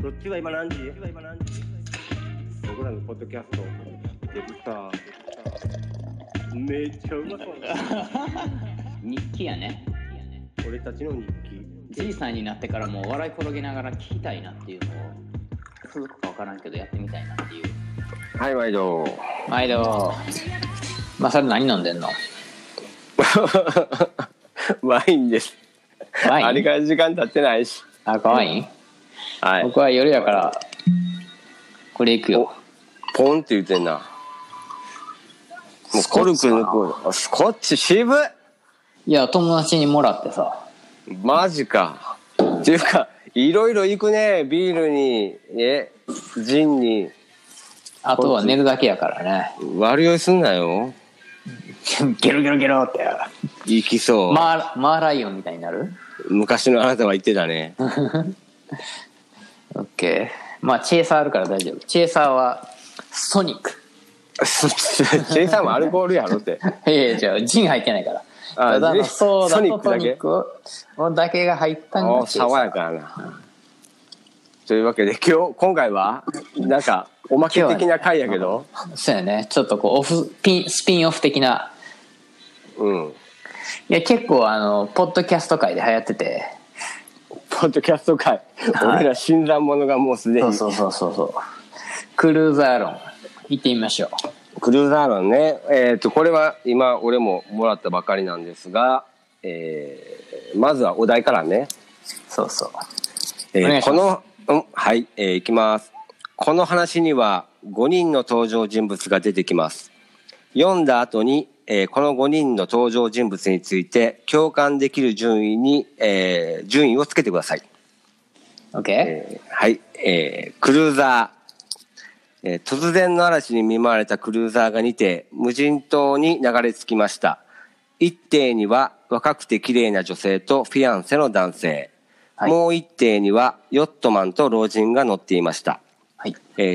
どっちが今何時？僕らのポッドキャストデブタめっちゃうまそう日記やね。 俺たちの日記。 じいさんになってからもう笑い転げながら聞きたいなっていうのを続くか分からんけどやってみたいなっていう。 はい、毎度まあそれ何飲んでんの？ ワインです。 ワイン？ あれから時間経ってないし。 赤ワイン？ はい。 僕は夜やからこれいくよ。 ポンって言ってんな。もうコルク抜く。スコッチ渋い。 いや友達にもらってさ。 マジか。っていうかいろいろ行くね。ビールにジンに。 あとは寝るだけやからね。 悪酔いすんなよ。 ゲロゲロゲロって行きそう。 マーライオンみたいになる？ 昔のあなたは言ってたね。 オッケー。まあチェイサーあるから大丈夫。チェイサーはソニック。 チェイサーもアルコールやろって。 じゃあジン入ってないから。ただのソーダとソニックだけが入ったんだ。 爽やかやな。というわけで今回はなんかおまけ的な回やけど、 そうやね。ちょっとこうスピンオフ的な。 うん。 いや結構ポッドキャスト界で流行ってて。 ポッドキャスト界、俺ら新参者がもうすでに。 そう。クルーザー論行ってみましょう。 クルーザー論ね。これは今俺ももらったばかりなんですが、まずはお題からね。 そう。 はい、いきます。この話には5人の登場人物が出てきます。読んだ後に、この5人の登場人物について共感できる順位をつけてください。 OK？ はい、クルーザー、突然の嵐に見舞われたクルーザーが2艇無人島に流れ着きました。1艇には若くて綺麗な女性とフィアンセの男性、はい、もう1艇にはヨットマンと老人が乗っていました。はい、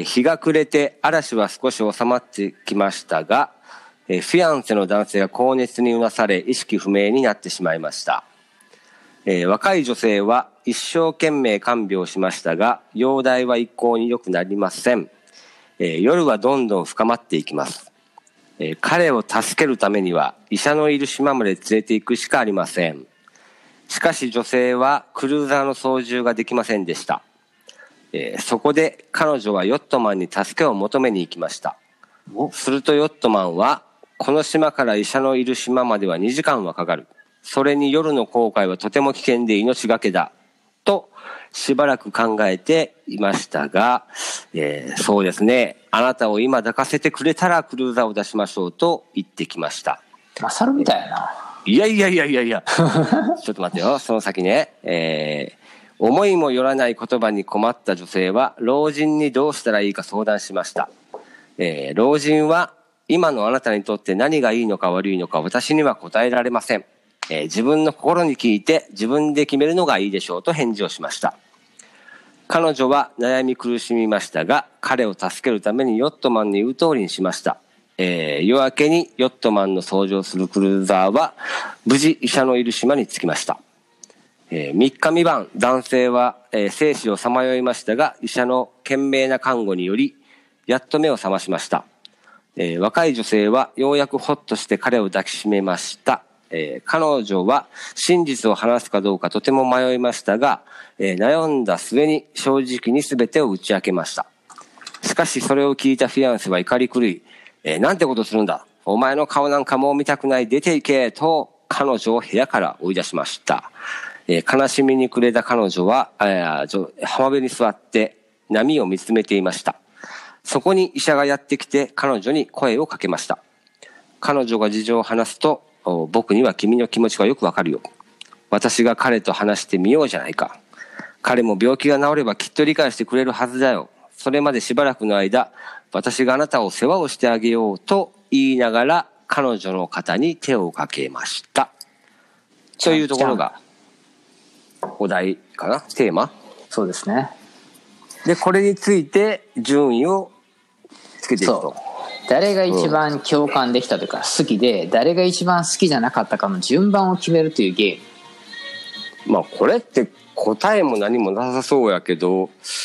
日が暮れて嵐は少し収まってきましたが、フィアンセの男性が高熱にうなされ意識不明になってしまいました。若い女性は一生懸命看病しましたが容体は一向に良くなりません。夜はどんどん深まっていきます。彼を助けるためには医者のいる島まで連れて行くしかありません。しかし女性はクルーザーの操縦ができませんでした。そこで彼女はヨットマンに助けを求めに行きました。するとヨットマンはこの島から医者のいる島までは2時間はかかる。それに夜の航海はとても危険で命がけだ。としばらく考えていましたが、そうですね。あなたを今抱かせてくれたらクルーザーを出しましょうと言ってきました。 マサルみたいやな。 いや。ちょっと待ってよ。その先ね。思いもよらない言葉に困った女性は老人にどうしたらいいか相談しました。老人は今のあなたにとって何がいいのか悪いのか私には答えられません。自分の心に聞いて自分で決めるのがいいでしょうと返事をしました。彼女は悩み苦しみましたが彼を助けるためにヨットマンの言う通りにしました。夜明けにヨットマンの操縦するクルーザーは無事医者のいる島に着きました。3日3晩男性は生死をさまよいましたが医者の懸命な看護によりやっと目を覚ましました。若い女性はようやくほっとして彼を抱きしめました。彼女は真実を話すかどうかとても迷いましたが、悩んだ末に正直に全てを打ち明けました。しかしそれを聞いたフィアンセは怒り狂い、なんてことするんだ、お前の顔なんかもう見たくない、出て行けと彼女を部屋から追い出しました。悲しみに暮れた彼女は浜辺に座って波を見つめていました。そこに医者がやってきて彼女に声をかけました。彼女が事情を話すと、僕には君の気持ちがよくわかるよ。私が彼と話してみようじゃないか。彼も病気が治ればきっと理解してくれるはずだよ。それまでしばらくの間私があなたを世話をしてあげようと言いながら彼女の肩に手をかけました。というところがお題かな、テーマ。そうですね。でこれについて順位をつけていくと、 誰が一番共感できたというか好きで、誰が一番好きじゃなかったかの順番を決めるというゲーム。 まあこれって答えも何もなさそうやけど、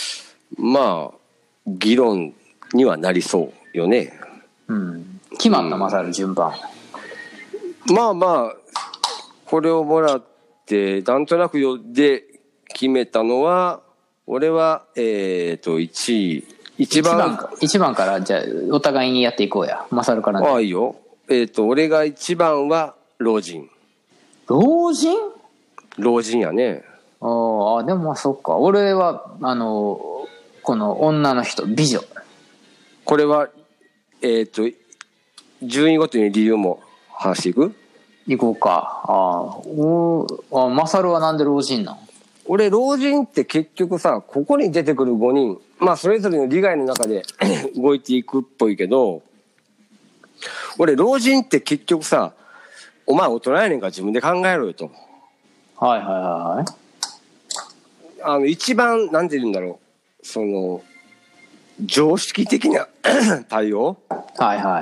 まあ議論にはなりそうよね。 決まったマサル順番。 まあまあこれをもらってなんとなくで決めたのは、俺は1 番からじゃあお互いにやっていこうや。マサルからね。 ああいいよ。俺が1番は老人。 老人やね。 ああ、でもまあそっか。俺はこの女の人、美女。 これは順位ごとに理由も話していく？ 行こうか。マサルはなんで老人なん？ 俺老人って結局さ、ここに出てくる5人、まあそれぞれの利害の中で動いていくっぽいけど、俺老人って結局さ、お前大人やねんから自分で考えろよと。 はいはいはい。 一番なんて言うんだろう、その常識的な対応。 はいはい。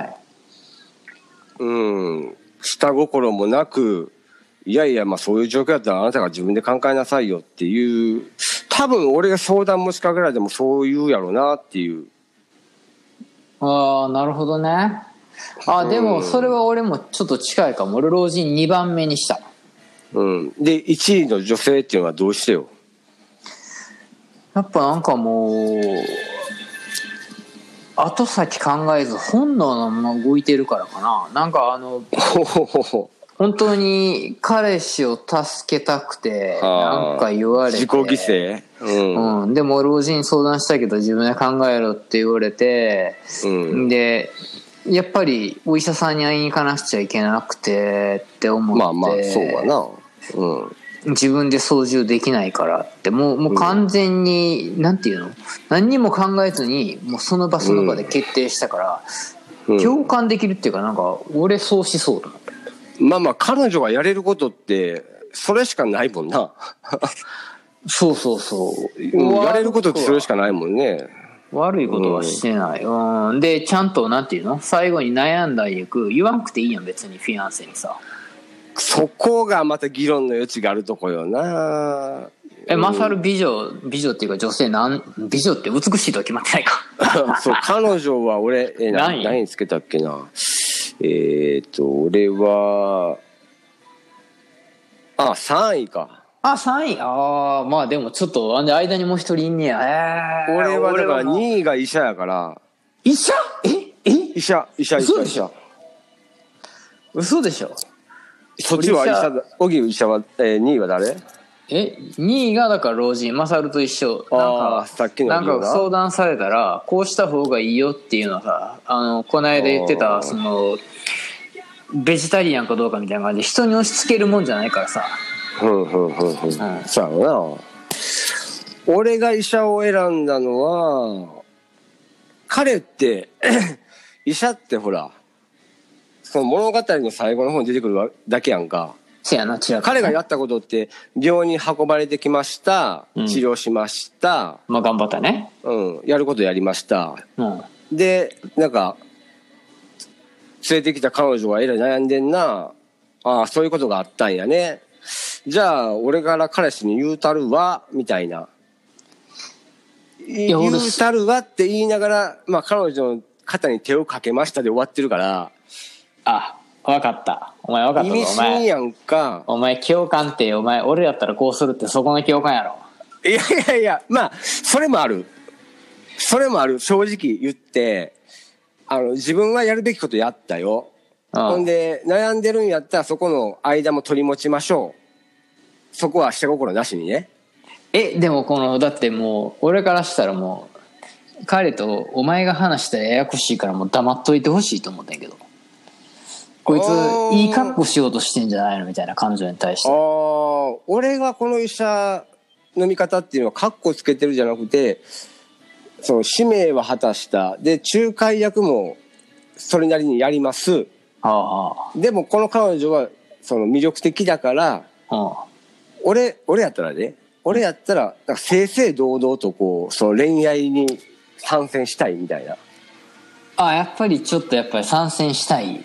下心もなく、いやいや、まあそういう状況だったらあなたが自分で考えなさいよっていう、多分俺が相談持ちかけられてもそう言うやろうなっていう。 ああ、なるほどね。でもそれは俺もちょっと近いかも。俺老人2番目にした。 で1位の女性っていうのはどうしてよ？ やっぱなんかもう後先考えず本能のまま動いてるからかな。なんか本当に彼氏を助けたくてなんか言われて、 自己犠牲、 でも老人に相談したけど自分で考えろって言われて、でやっぱりお医者さんに会いに行かなくちゃいけなくてって思って、 まあそうはな、 自分で操縦できないからってもう完全に、なんていうの、何にも考えずにもうその場その場で決定したから、共感できるっていうか、なんか俺そうしそうと思って。 まあ彼女がやれることってそれしかないもんな。 そう、 やれることってそれしかないもんね。 悪いことはしてない、でちゃんとなんていうの、最後に悩んだ挙句言わんくていいやん別にフィアンセにさ。 そこがまた議論の余地があるとこよな。 マサル美女っていうか女性美女って美しいとは決まってないか。 そう、彼女は俺何つけたっけな。俺は3位か。 3位。まあでもちょっと間にもう一人いんねや。 俺はだから2位が医者やから。 医者？ 医者。 嘘でしょ。 そっちは医者だ。小木医者は、2位は誰 ？2位がだから老人、マサルと一緒。 さっきのなんか相談されたらこうした方がいいよっていうのはさ、この間言ってたそのベジタリアンかどうかみたいな感じで人に押し付けるもんじゃないからさ。 そうやな。俺が医者を選んだのは、彼って医者ってほらその物語の最後の方に出てくるだけやんか。 せやな、 彼がやったことって病院に運ばれてきました、治療しました、 まあ頑張ったね、 やることやりました、でなんか連れてきた彼女がえらい悩んでんな、そういうことがあったんやね、じゃあ俺から彼氏に言うたるわみたいな、言うたるわって言いながら、まあ彼女の肩に手をかけましたで終わってるから、 分かった。お前分かったぞ。 意味深やんか。 お前共感って、お前俺やったらこうするってそこの共感やろ。 いや、まあそれもある。正直言って、自分はやるべきことやったよ。ほんで悩んでるんやったらそこの間も取り持ちましょう。そこは下心なしにね。 でもだってもう俺からしたらもう彼とお前が話したらややこしいからもう黙っといてほしいと思ったんやけど、こいついい格好しようとしてんじゃないのみたいな彼女に対して。 俺がこの医者の見方っていうのは格好つけてるじゃなくて、その使命は果たしたで仲介役もそれなりにやります、でもこの彼女はその魅力的だから、俺やったら正々堂々とこうその恋愛に参戦したいみたいな。 やっぱりちょっと参戦したい。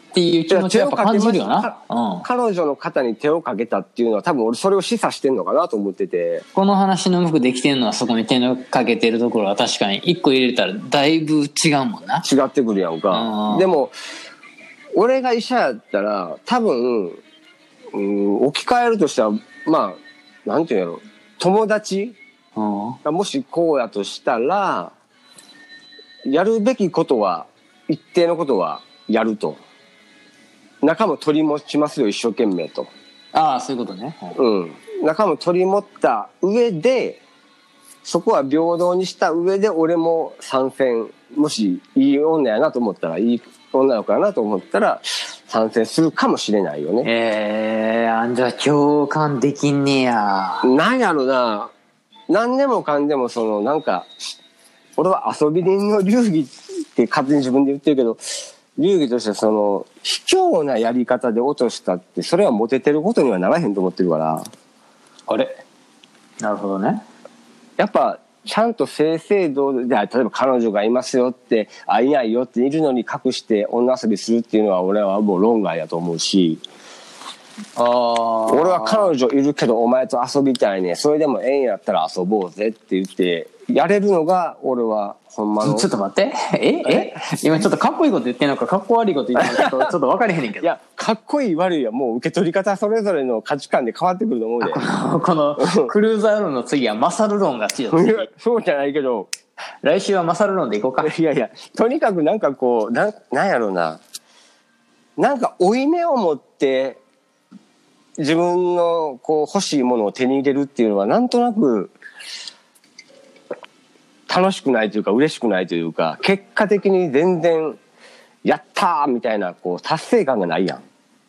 っていう気持ちはやっぱ感じるよな。 彼女の肩に手をかけたっていうのは多分俺それを示唆してんのかなと思ってて。 この話のうまくできてるのはそこに手をかけてるところは確かに一個入れたらだいぶ違うもんな。 違ってくるやんか。でも、俺が医者やったら多分、置き換えるとしたら、まあ、なんていうんやろ。友達がもしこうやとしたら、やるべきことは、一定のことはやると。仲も取り持ちますよ、一生懸命と。 ああ、そういうことね。 仲も取り持った上で、そこは平等にした上で俺も参戦、もしいい女やなと思ったら、いい女の子やなと思ったら、参戦するかもしれないよね。 じゃあ共感できんねや。 なんやろな、何でもかんでもなんか、俺は遊び人の流儀って勝手に自分で言ってるけど、流儀として卑怯なやり方で落としたって、それはモテてることにはならへんと思ってるから。 あれ？なるほどね。 やっぱ、ちゃんと正々堂々で、例えば彼女がいますよって、いないよっているのに隠して女遊びするっていうのは俺はもう論外やと思うし、俺は彼女いるけどお前と遊びたいね、それでもええんやったら遊ぼうぜって言ってやれるのが俺はほんまの。 ちょっと待って、今ちょっとかっこいいこと言ってんのかかっこ悪いこと言ってんのかちょっと分かれへんねんけど。 いや、かっこいい悪いはもう受け取り方それぞれの価値観で変わってくると思うで。 このクルーザー論の次はマサル論が強い。 そうじゃないけど、 来週はマサル論でいこうか。 いやいや、とにかくなんかこう、なんやろうな、なんか負い目を持って自分のこう欲しいものを手に入れるっていうのはなんとなく楽しくないというか嬉しくないというか、結果的に全然やったーみたいなこう達成感がないやん。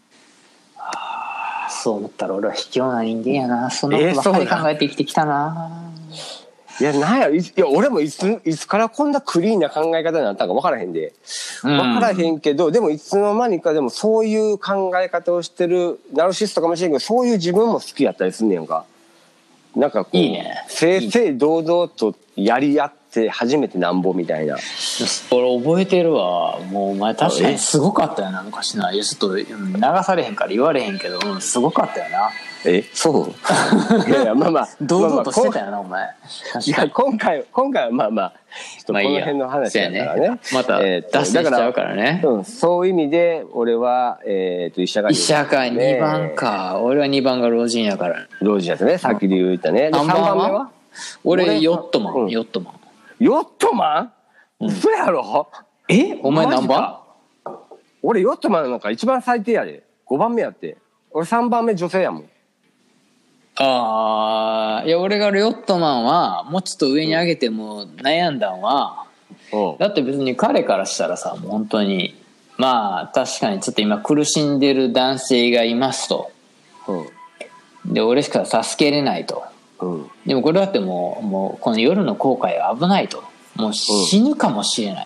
そう思ったら俺は卑怯な人間やな。そんなことばっかり考えて生きてきたな。 いや、なんや、俺もいつからこんなクリーンな考え方になったんか分からへんで。分からへんけど、でもいつの間にかでもそういう考え方をしてるナルシストかもしれんけど、そういう自分も好きやったりすんねんか。なんかこう、 いいね。 正々堂々とやり合って初めてなんぼみたいな。 俺覚えてるわ。もうお前確かにすごかったよな、昔な。いやちょっと流されへんから言われへんけど、すごかったよな。 そういやいや、まあまあ堂々としてたよな、お前。 いや、今回はまあまあちょっとこの辺の話だからね。 また脱線しちゃうからね。 そういう意味で俺は医者が 2番か。俺は2番が老人やから。 老人やつね、さっきで言ったね。3番目は俺ヨットマン。ヨットマン？嘘やろ？ お前何番？ 俺ヨットマンなんか一番最低やで。5番目やって。俺3番目女性やもん。 いや俺がヨットマンはもうちょっと上に上げても悩んだんは、だって別に彼からしたらさ、もう本当にまあ確かにちょっと今苦しんでる男性がいますと、で俺しか助けれないと、でもこれだってもうこの夜の後悔は危ないと、もう死ぬかもしれない、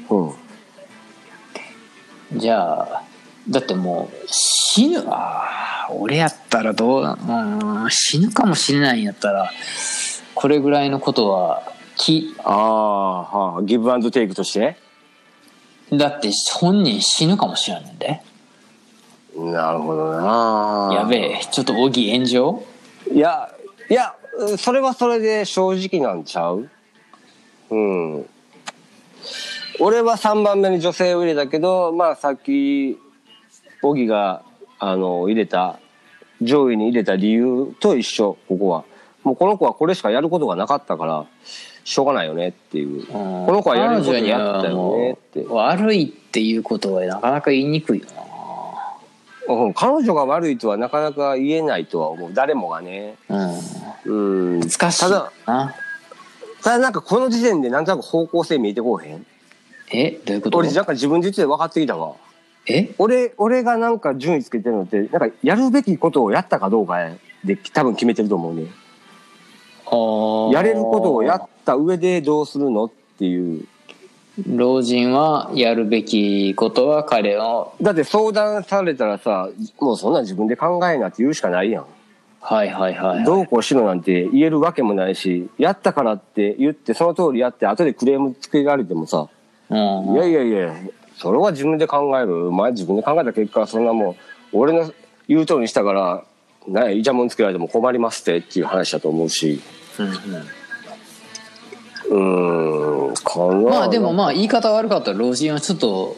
じゃあだってもう死ぬ、俺やったら死ぬかもしれないんやったらこれぐらいのことはギブアンドテイクとして、 だって本人死ぬかもしれないんで。 なるほどな。 やべえ、ちょっと小木炎上。 いやそれはそれで正直なんちゃう。俺は3番目に女性を入れたけど、まあさっき小木が入れた上位に入れた理由と一緒。ここはもうこの子はこれしかやることがなかったからしょうがないよねっていう、この子はやることやったよねって。 悪いっていうことはなかなか言いにくいよな。彼女が悪いとはなかなか言えないとは思う、誰もがね。 難しいな。 ただなんかこの時点でなんとなく方向性見えてこうへん。 どういうこと？ 俺なんか自分で言って分かってきたわ。俺がなんか順位つけてるのってなんかやるべきことをやったかどうかで多分決めてると思うね。やれることをやった上でどうするのっていう。 老人はやるべきことは彼を、 だって相談されたらさ、もうそんなん自分で考えなって言うしかないやん。どうこうしろなんて言えるわけもないし、やったからって言ってその通りやって後でクレームつけられてもさ、いやそれは自分で考える。前自分で考えた結果、そんなもう俺の言う通りにしたからイチャモンつけられても困りますっていう話だと思うし、かな。 まあでもまあ言い方悪かったら老人はちょっと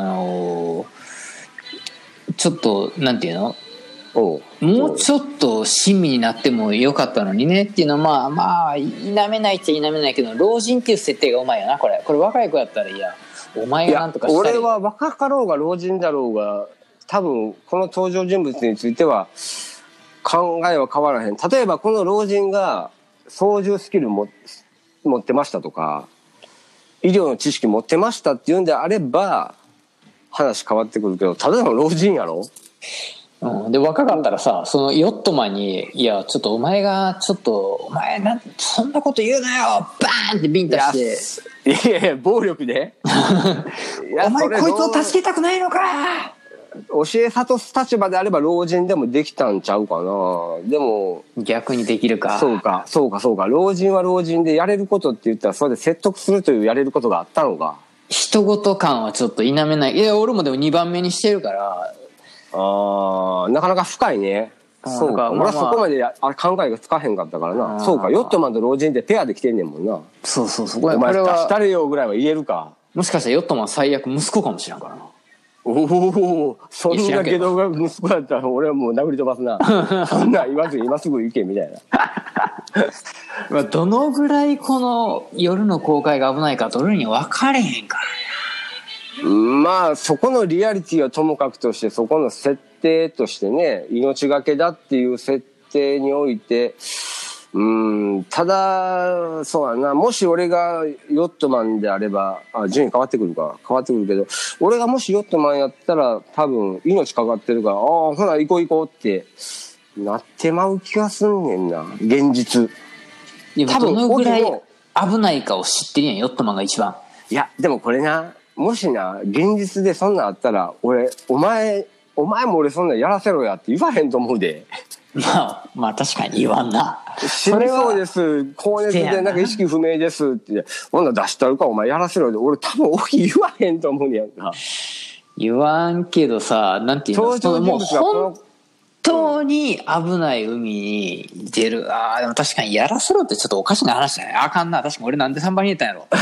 ちょっとなんていうの、もうちょっと親身になってもよかったのにねっていうのはまあ否めないっちゃ否めないけど、老人っていう設定がうまいよな。これ若い子やったらいやお前がなんとかしたり、 俺は若かろうが老人だろうが多分この登場人物については考えは変わらへん。例えばこの老人が操縦スキル持ってましたとか医療の知識持ってましたっていうんであれば話変わってくるけど、ただの老人やろ。 で若かったらさ、そのヨットマンにいやちょっとお前なんそんなこと言うなよバーンってビンタして、いや暴力でお前こいつを助けたくないのか、 教え諭す立場であれば老人でもできたんちゃうかな。でも逆にできるか。 そうか老人は老人でやれることって言ったらそれで説得するというやれることがあったのか。 人事感はちょっと否めない。いや俺もでも2番目にしてるから、 なかなか深いね。そうか、俺はそこまで考えがつかへんかったからな。そうか、ヨットマンと老人ってペアで来てんねんもんな。 そうお前出したれよぐらいは言えるか。 もしかしたらヨットマン最悪息子かもしれんからな。 おお、そんなけどが息子だったら俺はもう殴り飛ばすな。そんな言わずに今すぐ行けみたいな。どのぐらいこの夜の公開が危ないかと俺に分かれへんからね。 まあそこのリアリティはともかくとして、そこの設定としてね、命がけだっていう設定において、ただそうやな、もし俺がヨットマンであれば順位変わってくるけど、俺がもしヨットマンやったら多分命かかってるからほな行こうってなってまう気がすんねんな、現実。 多分どのぐらい危ないかを知ってるやんヨットマンが一番。 いやでもこれな、もしな現実でそんなんあったら俺お前も俺そんなんやらせろやって言わへんと思うで。 まあ確かに言わんな。 死にそうです、高熱でなんか意識不明ですってほんなら出したるかお前やらせろで俺多分言わへんと思うねやんか。 言わんけどさ、なんていうの、もう本当に危ない海に出る。でも確かにやらせろってちょっとおかしな話だね。あかんな。確かに俺なんで3番に入れたんやろ。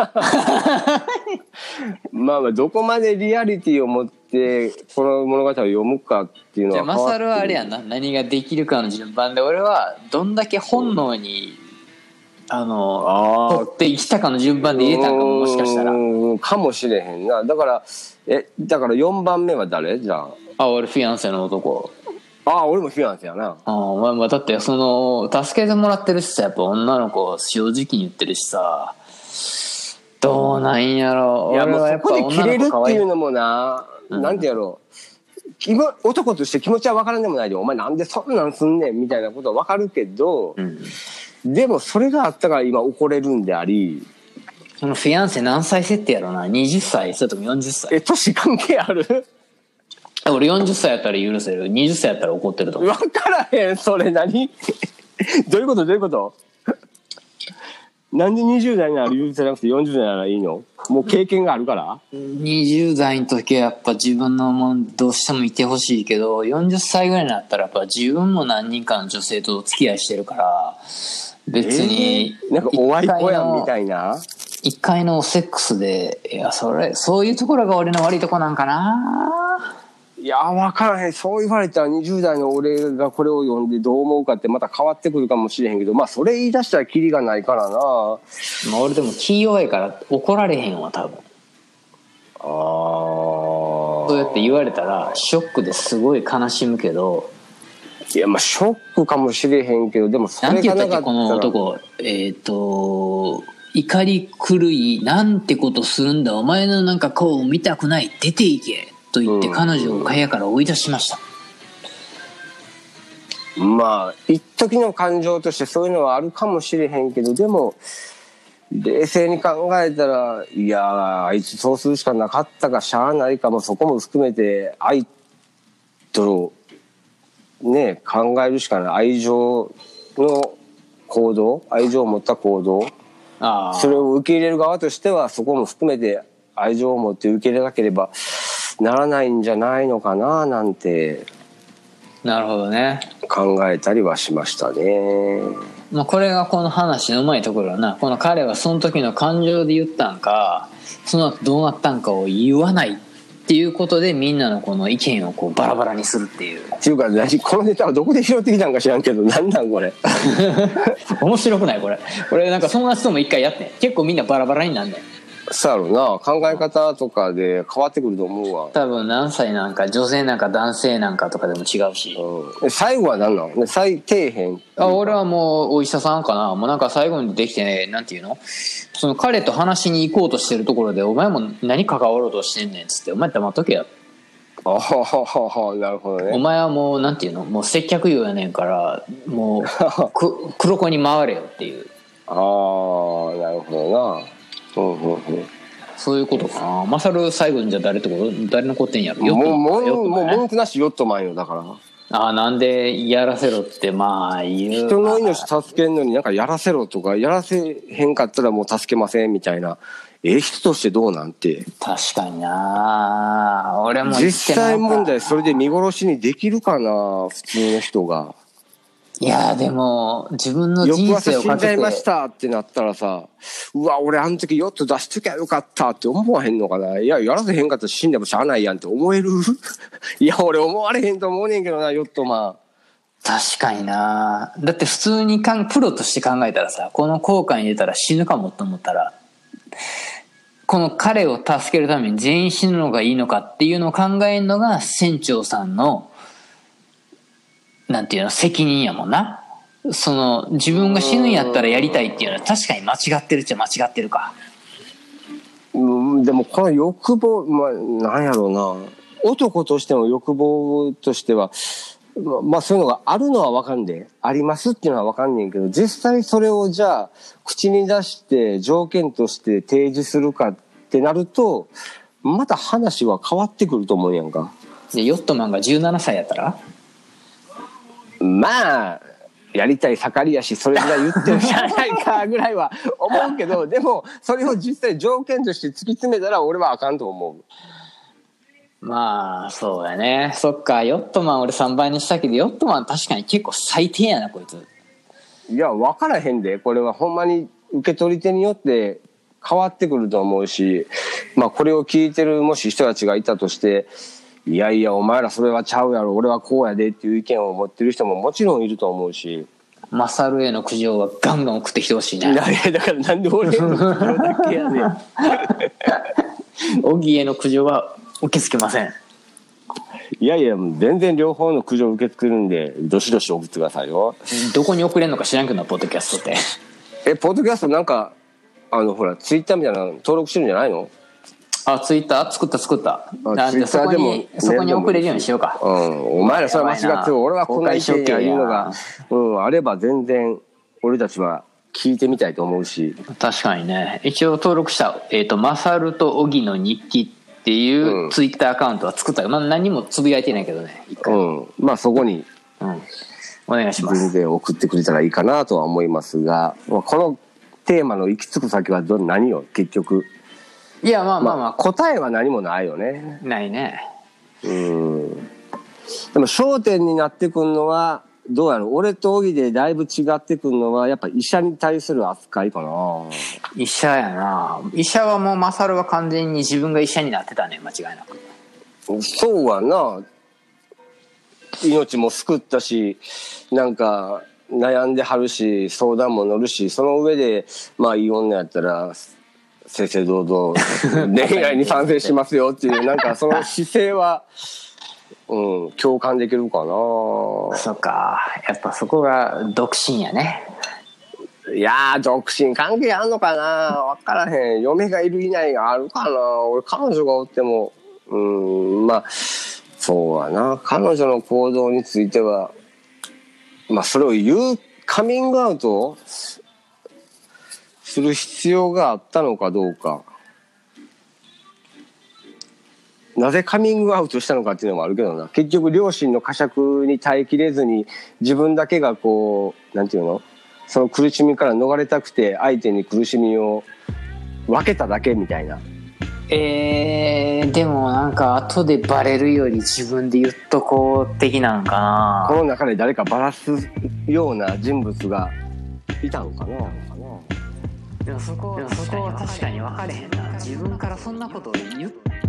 まあどこまでリアリティを持ってこの物語を読むかっていうのは。 じゃあマサルはあれやんな、何ができるかの順番で、俺はどんだけ本能に取っていったかの順番で入れたんかも、もしかしたらかもしれへんな。だから4番目は誰じゃあ。 俺フィアンセの男。 俺もフィアンセやな。 だってその助けてもらってるしさ、やっぱ女の子正直に言ってるしさ、どうなんやろ。 いやもうそこで切れるっていうのもな、なんてやろう、男として気持ちは分からんでもないで、お前なんでそんなんすんねんみたいなことは分かるけど、でもそれがあったから今怒れるんであり。 そのフィアンセ何歳設定やろな。20歳それとも40歳。 年関係ある？ 俺40歳やったら許せる、20歳やったら怒ってると思う。 分からへん、それ何どういうことなんで20代なら許せなくて40代ならいいの？もう経験があるから。 20代の時はやっぱ自分のもんどうしてもいてほしいけど、40歳ぐらいになったらやっぱ自分も何人かの女性とお付き合いしてるから別に、 なんかおあいこやんみたいな。 一回のセックスで、いやそういうところが俺の悪いとこなんかな。 いや分からへん。そう言われたら20代の俺がこれを読んでどう思うかってまた変わってくるかもしれへんけど、それ言い出したらキリがないからな。 俺でも気弱いから怒られへんわ多分。そうやって言われたらショックですごい悲しむけど、 いやショックかもしれへんけど、でもそれがなかったら。なんて言ったっけこの男、怒り狂いなんてことするんだ、お前のなんかこう見たくない、出ていけと言って彼女を部屋から追い出しました。 一時の感情としてそういうのはあるかもしれへんけど、でも冷静に考えたら、いやあいつそうするしかなかったかしゃあないかも、そこも含めて愛とね考えるしかない。愛情の行動、愛情を持った行動、それを受け入れる側としてはそこも含めて愛情を持って受け入れなければならないんじゃないのかななんてなるほどね。 考えたりはしましたね。 まあ、これがこの話のうまいところはな、この彼はその時の感情で言ったんか、その後どうなったんかを言わないっていうことで、みんなのこの意見をこうバラバラにするっていう。 っていうかこのネタはどこで拾ってきたんか知らんけど、なんなんこれ面白くないこれ。これなんか友達とも一回やってん。結構みんなバラバラになんねん。 そうやろな、考え方とかで変わってくると思うわ。 多分何歳なんか女性なんか男性なんかとかでも違うし、 最後は何なの？最底辺。 俺はもうお医者さんかな。もうなんか最後にできてね、なんていうの、その彼と話しに行こうとしてるところで、お前も何関わろうとしてんねんっつって、お前黙っとけや。 あははは、なるほどね。 お前はもうなんていうの、もう接客業やねんから、もう黒子に回れよっていう。 ああ、なるほどな。 そういうことかな。マサル最後にじゃあ誰残ってんやろ。 もう文句なしヨットマンよ。だからなんでやらせろってまあ言う。 人の命助けんのになんかやらせろとか、やらせへんかったらもう助けませんみたいな、人としてどうなんて。 確かにな。俺も実際問題それで見殺しにできるかな、普通の人が。 いやでも自分の人生をかけて翌朝死んじゃいましたってなったらさ、うわ俺あの時ヨット出しときゃよかったって思わへんのかな。いややらせへんかったら死んでもしゃあないやんって思えるいや俺思われへんと思うねんけどな、ヨットマン。 確かにな。だって普通にプロとして考えたらさ、この航海に出たら死ぬかもと思ったら、この彼を助けるために全員死ぬのがいいのかっていうのを考えるのが船長さんのなんていうの、責任やもんな。その自分が死ぬんやったらやりたいっていうのは確かに間違ってるっちゃ間違ってるか。 でもこの欲望、なんやろうな、男としての欲望としてはそういうのがあるのは分かんで、ありますっていうのは分かんねんけど、実際それをじゃあ口に出して条件として提示するかってなると、また話は変わってくると思うやんか。 でヨットマンが17歳やったらやりたい盛りやし、それぐらい言ってるじゃないかぐらいは思うけど、でもそれを実際条件として突き詰めたら俺はあかんと思う。 まあそうやね。そっか、ヨットマン俺3倍にしたけど、ヨットマン確かに結構最低やなこいつ。 いや分からへんで、これはほんまに受け取り手によって変わってくると思うし、これを聞いてるもし人たちがいたとして、いやいやお前らそれはちゃうやろ、俺はこうやでっていう意見を持ってる人ももちろんいると思うし、 マサルへの苦情はガンガン送ってきてほしいね。 だからなんで俺への苦情だけやねんオギへの苦情は受け付けません。 いやいや全然両方の苦情受け付けるんで、どしどし送ってくださいよ。 どこに送れんのか知らんけどな、ポッドキャストってポッドキャストなんかほらツイッターみたいなの登録してるんじゃないの？ ツイッター作ったなんでそこに送れるようにしようか。 お前らそれは間違ってる、俺はこんな意見やいうのがあれば全然俺たちは聞いてみたいと思うし。 確かにね。一応登録したマサルとオギの日記っていうツイッターアカウントは作った。何もつぶやいてないけどね、一回。 そこにお願いします。 全然送ってくれたらいいかなとは思いますが、このテーマの行き着く先は何よ結局。 いや答えは何もないよね。 ないね。 でも焦点になってくるのはどうやろう、俺とオギでだいぶ違ってくるのはやっぱ医者に対する扱いかな。 医者やな。医者はもうマサルは完全に自分が医者になってたね、間違いなく。 そうはな、命も救ったし、なんか悩んではるし相談も乗るし、その上でいい女やったら正々堂々恋愛に賛成しますよっていうなんかその姿勢は共感できるかな。 そっか、やっぱそこが独身やね。 いや独身関係あんのかな、分からへん。嫁がいるいないがあるかな。俺彼女がおってもそうやな、彼女の行動についてはそれを言うカミングアウトする必要があったのかどうか、なぜカミングアウトしたのかっていうのもあるけどな。結局両親の呵責に耐えきれずに自分だけがなんていうの、その苦しみから逃れたくて相手に苦しみを分けただけみたいな。 でもなんか後でバレるより自分で言っとこう的なんかな。 この中で誰かバラすような人物がいたのかな。 でもそこは確かに分かれへんな。自分からそんなことを言って